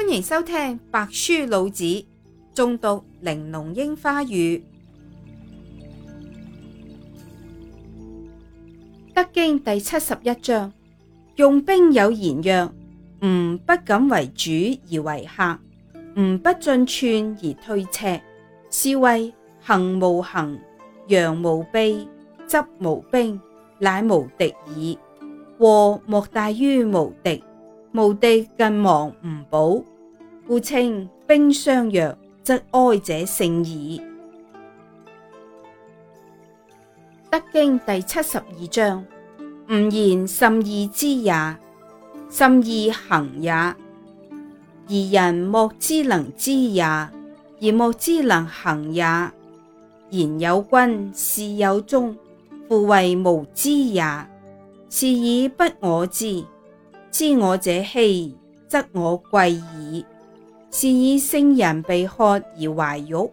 歡迎收聽白書老子，誦讀玲瓏櫻花語。德經第71章：用兵有言曰：吾不敢為主而為客，吾不進寸而退尺，是謂行無衡，揚無臂，執無兵，乃無敵矣。禍莫大於無敵，無敵近亡吾保，故稱兵相若，則哀者勝矣。德經第72章：吾言甚易知也，甚易行也。而人莫之能知也，而莫之能行也。言有君，事有終，夫謂無知也。是以不我知，知我者希，則我貴矣。是以聖人被渴而懷玉。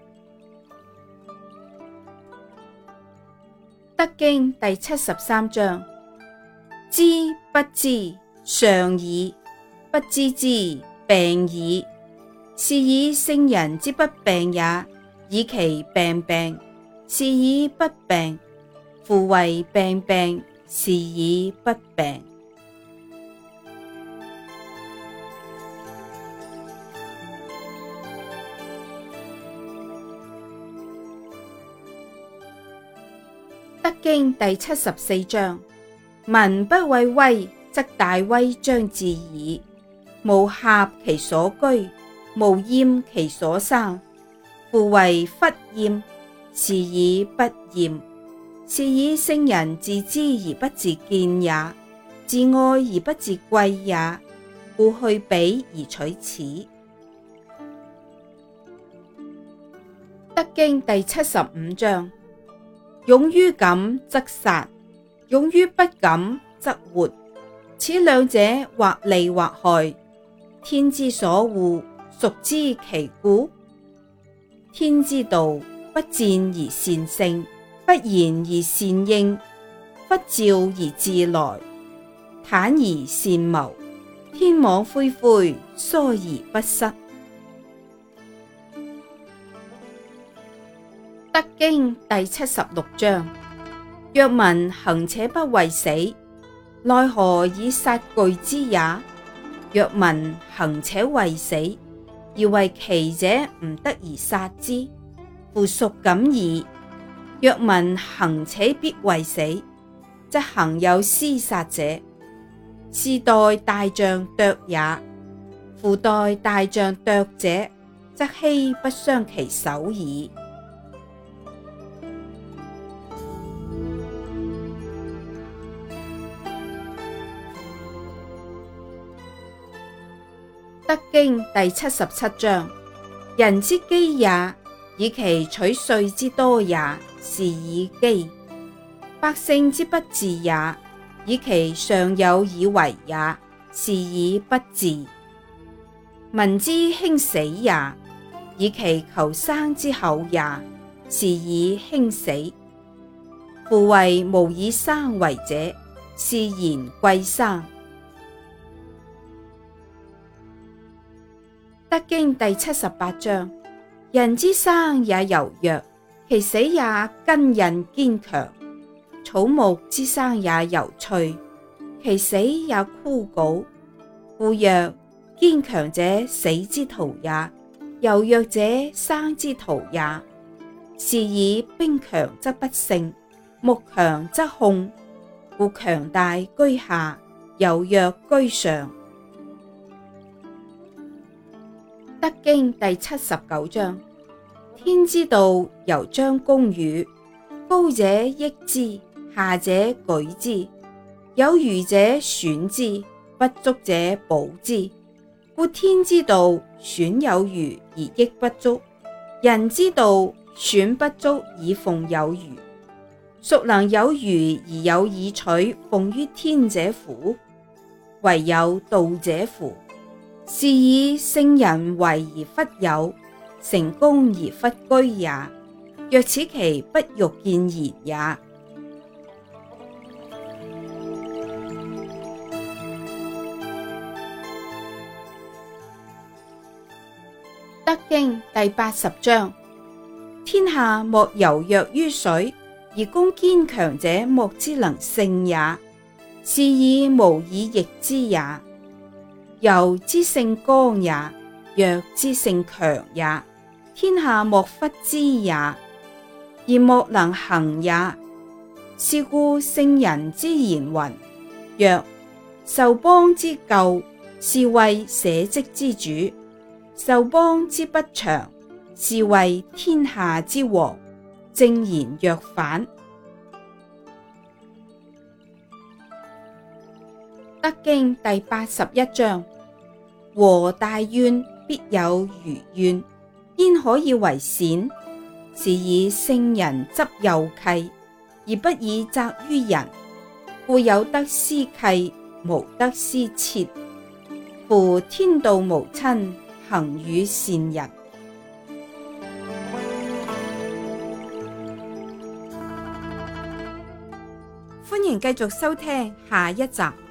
德經第73章：知不知，上矣；不知之，病矣。是以聖人之不病也，以其病病；是以不病，夫謂病病，是以不病。德經第74章：民不畏威，則大威將至矣。無狹其所居，無厭其所生。夫謂弗厭，是以不厭。是以聖人自知而不自見也，自愛而不自貴也，故去彼而取此。德經第75章：勇於敢則殺，勇於不敢則活。此兩者或利或害，天之所惡，孰知其故？天之道，不戰而善勝，不言而善應，忽召而自來，坦而善謀，天網恢恢，疏而不失。德經第76章：若民行且不畏死，奈何以殺懼之也？若民行且畏死，而為奇者吾得而殺之，夫孰敢矣？若民行且必畏死，則行有司殺者，是待大象啄也。夫待大象啄者，則希不傷其手矣。德經第77章：人之機也，以其取稅之多也，是以機；百姓之不治也，以其尚有以為也，是以不治。民之輕死也，以其求生之厚也，是以輕死。夫謂無以生為者，是言貴生。德經第78章：人之生也柔弱，其死也根韌堅強；草木之生也柔脆，其死也枯槁。故曰：堅強者死之徒也，柔弱者生之徒也。是以兵強則不勝，木強則控。故強大居下，柔弱居上。德經第79章：天之道，由將功與，高者益之，下者舉之。有餘者損之，不足者補之。故天之道，損有餘而益不足；人之道，損不足以奉有餘。孰能有餘而有以取奉於天者乎？唯有道者乎！是以聖人為而弗有，成功而弗居也。若此其不欲見賢也。 德經第80章：天下莫柔弱於水，而攻堅強者莫之能勝也。是以無以易之也。柔之勝剛也，弱之勝強也。天下莫忽之也，而莫能行也。是故聖人之言云：曰，受邦之救，是謂社稷之主；受邦之不祥，是謂天下之禍。正言若反。德經第81章：和大怨必有餘怨，焉可以為善？是以聖人執右契，而不以責於人。故有得失契，無得失切。夫天道無親，行與善人。歡迎繼續收聽下一集。